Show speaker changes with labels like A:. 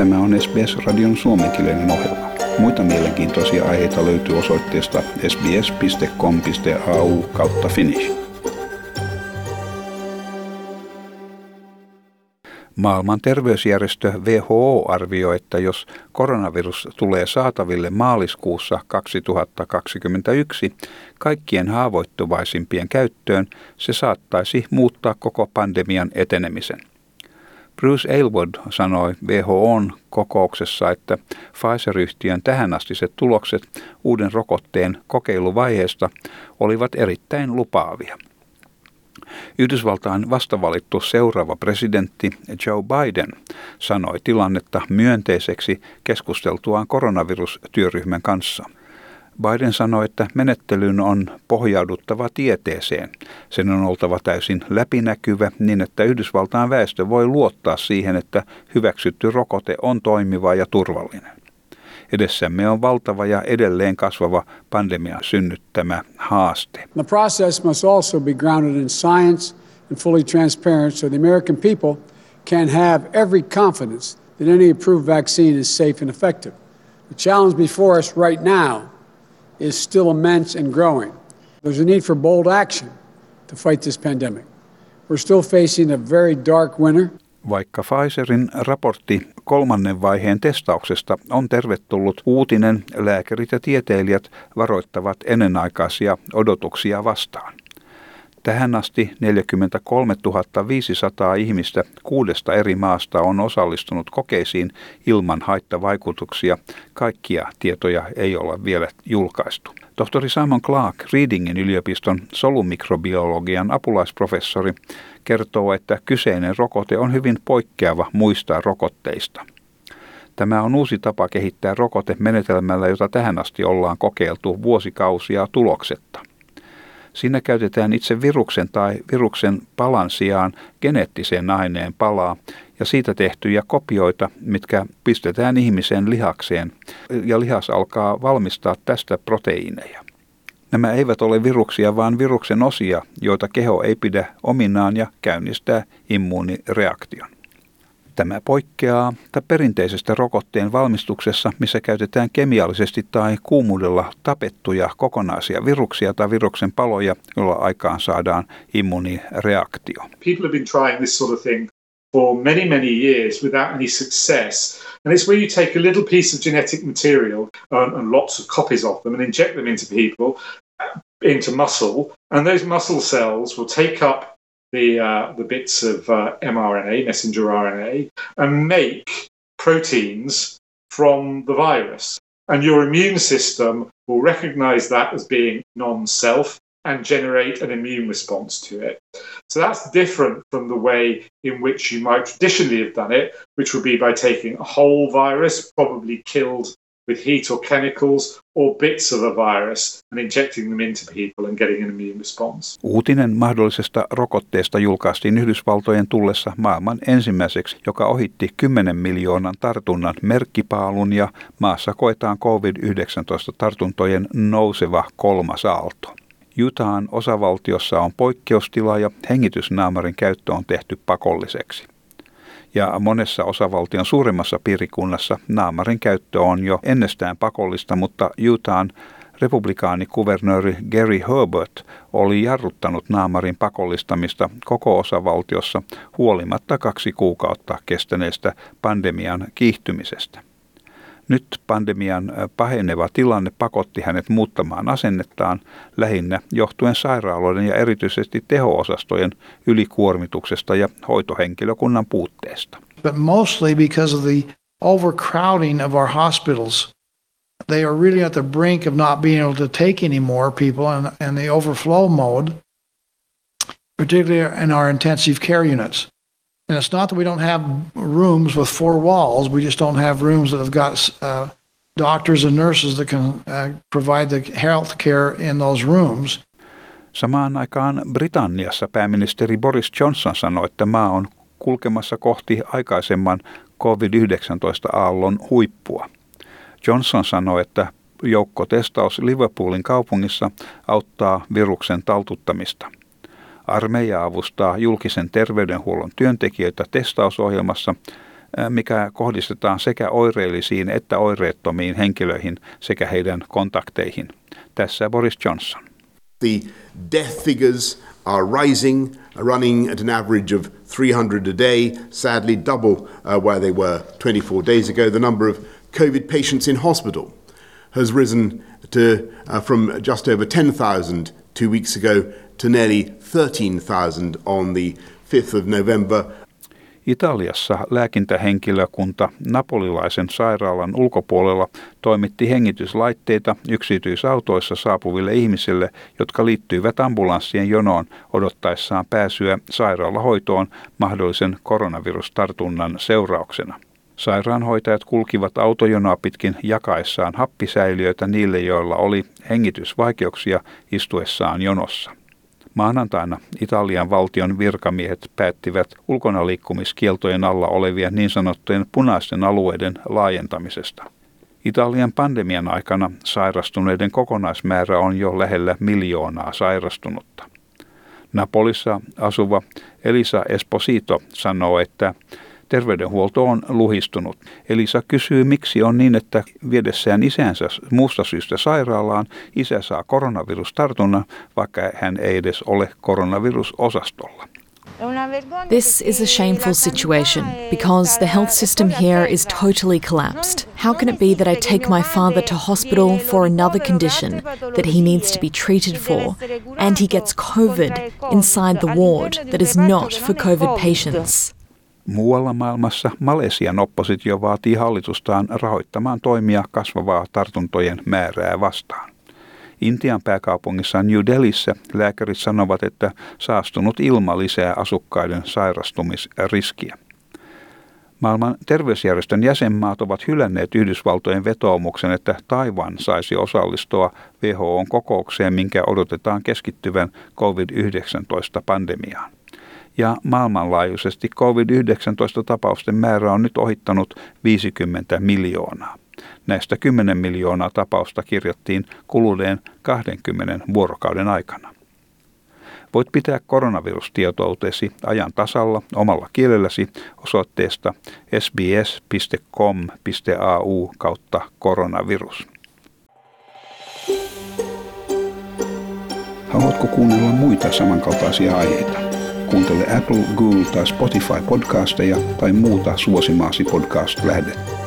A: Tämä on SBS-radion suomenkielinen ohjelma. Muita mielenkiintoisia aiheita löytyy osoitteesta sbs.com.au/finnish. Maailman terveysjärjestö WHO arvioi, että jos koronavirus tulee saataville maaliskuussa 2021 kaikkien haavoittuvaisimpien käyttöön, se saattaisi muuttaa koko pandemian etenemisen. Bruce Aylward sanoi WHO:n kokouksessa, että Pfizer-yhtiön tähänastiset tulokset uuden rokotteen kokeiluvaiheesta olivat erittäin lupaavia. Yhdysvaltain vastavalittu seuraava presidentti Joe Biden sanoi tilannetta myönteiseksi keskusteltuaan koronavirustyöryhmän kanssa. Biden sanoi, että menettelyn on pohjauduttava tieteeseen. Sen on oltava täysin läpinäkyvä niin, että Yhdysvaltain väestö voi luottaa siihen, että hyväksytty rokote on toimiva ja turvallinen. Edessämme on valtava ja edelleen kasvava pandemian synnyttämä haaste.
B: The process must also be grounded in science and fully transparent so the American people can have every confidence that any approved vaccine is safe and effective. The challenge before us right now is still immense and growing. There's a need for bold action to fight this pandemic. We're still facing a very dark winter.
A: Vaikka Pfizerin raportti kolmannen vaiheen testauksesta on tervetullut uutinen, lääkärit ja tieteilijät varoittavat ennenaikaisia odotuksia vastaan. Tähän asti 43 500 ihmistä 6 eri maasta on osallistunut kokeisiin ilman haittavaikutuksia. Kaikkia tietoja ei ole vielä julkaistu. Tohtori Simon Clark, Readingin yliopiston solumikrobiologian apulaisprofessori, kertoo, että kyseinen rokote on hyvin poikkeava muista rokotteista. Tämä on uusi tapa kehittää rokote menetelmällä, jota tähän asti ollaan kokeiltu vuosikausia tuloksetta. Siinä käytetään itse viruksen tai viruksen palan sijaan geneettisen aineen palaa ja siitä tehtyjä kopioita, mitkä pistetään ihmisen lihakseen ja lihas alkaa valmistaa tästä proteiineja. Nämä eivät ole viruksia, vaan viruksen osia, joita keho ei pidä ominaan ja käynnistää immuunireaktion. Tämä poikkeaa perinteisestä rokotteen valmistuksessa, missä käytetään kemiallisesti tai kuumuudella tapettuja kokonaisia viruksia tai viruksen paloja, joilla aikaan saadaan immuunireaktio.
C: People have been trying this sort of thing for many years without any success. And it's where you take a little piece of genetic material and lots of copies of them and inject them into people, into muscle, and those muscle cells will take up the bits of mRNA, messenger RNA, and make proteins from the virus. And your immune system will recognize that as being non-self and generate an immune response to it. So that's different from the way in which you might traditionally have done it, which would be by taking a whole virus, probably killed with heat or chemicals, or bits of a virus and injecting them into people and getting an immune response.
A: Uutinen mahdollisesta rokotteesta julkaistiin Yhdysvaltojen tullessa maailman ensimmäiseksi, joka ohitti 10 miljoonan tartunnan merkkipaalun ja maassa koetaan COVID-19-tartuntojen nouseva kolmas aalto. Utahin osavaltiossa on poikkeustila ja hengitysnaamarin käyttö on tehty pakolliseksi. Ja monessa osavaltion suurimmassa piirikunnassa naamarin käyttö on jo ennestään pakollista, mutta Utahin republikaanikuvernööri Gary Herbert oli jarruttanut naamarin pakollistamista koko osavaltiossa huolimatta 2 kuukautta kestäneestä pandemian kiihtymisestä. Nyt pandemian paheneva tilanne pakotti hänet muuttamaan asennettaan lähinnä johtuen sairaaloiden ja erityisesti teho-osastojen ylikuormituksesta ja hoitohenkilökunnan puutteesta.
D: But mostly because of the overcrowding of our hospitals. They are really at the brink of not being able to take any more people and the overflow mode, particularly in our intensive care units. And it's not that we don't have rooms with 4 walls, we just don't have rooms that have got doctors and nurses that can provide the health care in those rooms.
A: Samaan aikaan Britanniassa pääministeri Boris Johnson sanoi, että maa on kulkemassa kohti aikaisemman COVID-19-aallon huippua. Johnson sanoi, että joukkotestaus Liverpoolin kaupungissa auttaa viruksen taltuttamista. Armeija avustaa julkisen terveydenhuollon työntekijöitä testausohjelmassa. mikä kohdistetaan sekä oireellisiin että oireettomiin henkilöihin sekä heidän kontakteihin. Tässä Boris Johnson.
E: The death figures are rising, running at an average of 300 a day, sadly double where they were 24 days ago. The number of COVID patients in hospital has risen to from just over 10,000 2 weeks ago to nearly 13,000 on the 5th of November.
A: Italiassa lääkintähenkilökunta napolilaisen sairaalan ulkopuolella toimitti hengityslaitteita yksityisautoissa saapuville ihmisille, jotka liittyivät ambulanssien jonoon odottaessaan pääsyä sairaalahoitoon mahdollisen koronavirustartunnan seurauksena. Sairaanhoitajat kulkivat autojonoa pitkin jakaessaan happisäiliöitä niille, joilla oli hengitysvaikeuksia istuessaan jonossa. Maanantaina Italian valtion virkamiehet päättivät ulkonaliikkumiskieltojen alla olevien niin sanottujen punaisten alueiden laajentamisesta. Italian pandemian aikana sairastuneiden kokonaismäärä on jo lähellä 1 miljoonaa sairastunutta. Napolissa asuva Elisa Esposito sanoo, että terveydenhuolto on luhistunut. Elisa kysyy, miksi on niin, että viedessään isänsä muusta syystä sairaalaan, isä saa koronavirustartunnan, vaikka hän ei edes ole koronavirusosastolla.
F: This is a shameful situation because the health system here is totally collapsed. How can it be that I take my father to hospital for another condition that he needs to be treated for, and he gets COVID inside the ward that is not for COVID patients?
A: Muualla maailmassa Malesian oppositio vaatii hallitustaan rahoittamaan toimia kasvavaa tartuntojen määrää vastaan. Intian pääkaupungissa New Delhissä lääkärit sanovat, että saastunut ilma lisää asukkaiden sairastumisriskiä. Maailman terveysjärjestön jäsenmaat ovat hylänneet Yhdysvaltojen vetoomuksen, että Taiwan saisi osallistua WHO:n kokoukseen, minkä odotetaan keskittyvän COVID-19-pandemiaan. Ja maailmanlaajuisesti COVID-19-tapausten määrä on nyt ohittanut 50 miljoonaa. Näistä 10 miljoonaa tapausta kirjattiin kuluneen 20 vuorokauden aikana. Voit pitää koronavirustietoutesi ajan tasalla omalla kielelläsi osoitteesta sbs.com.au/koronavirus. Haluatko kuunnella muita samankaltaisia aiheita? Kuuntele Apple, Google tai Spotify podcasteja tai muuta suosimaasi podcast-lähdettä.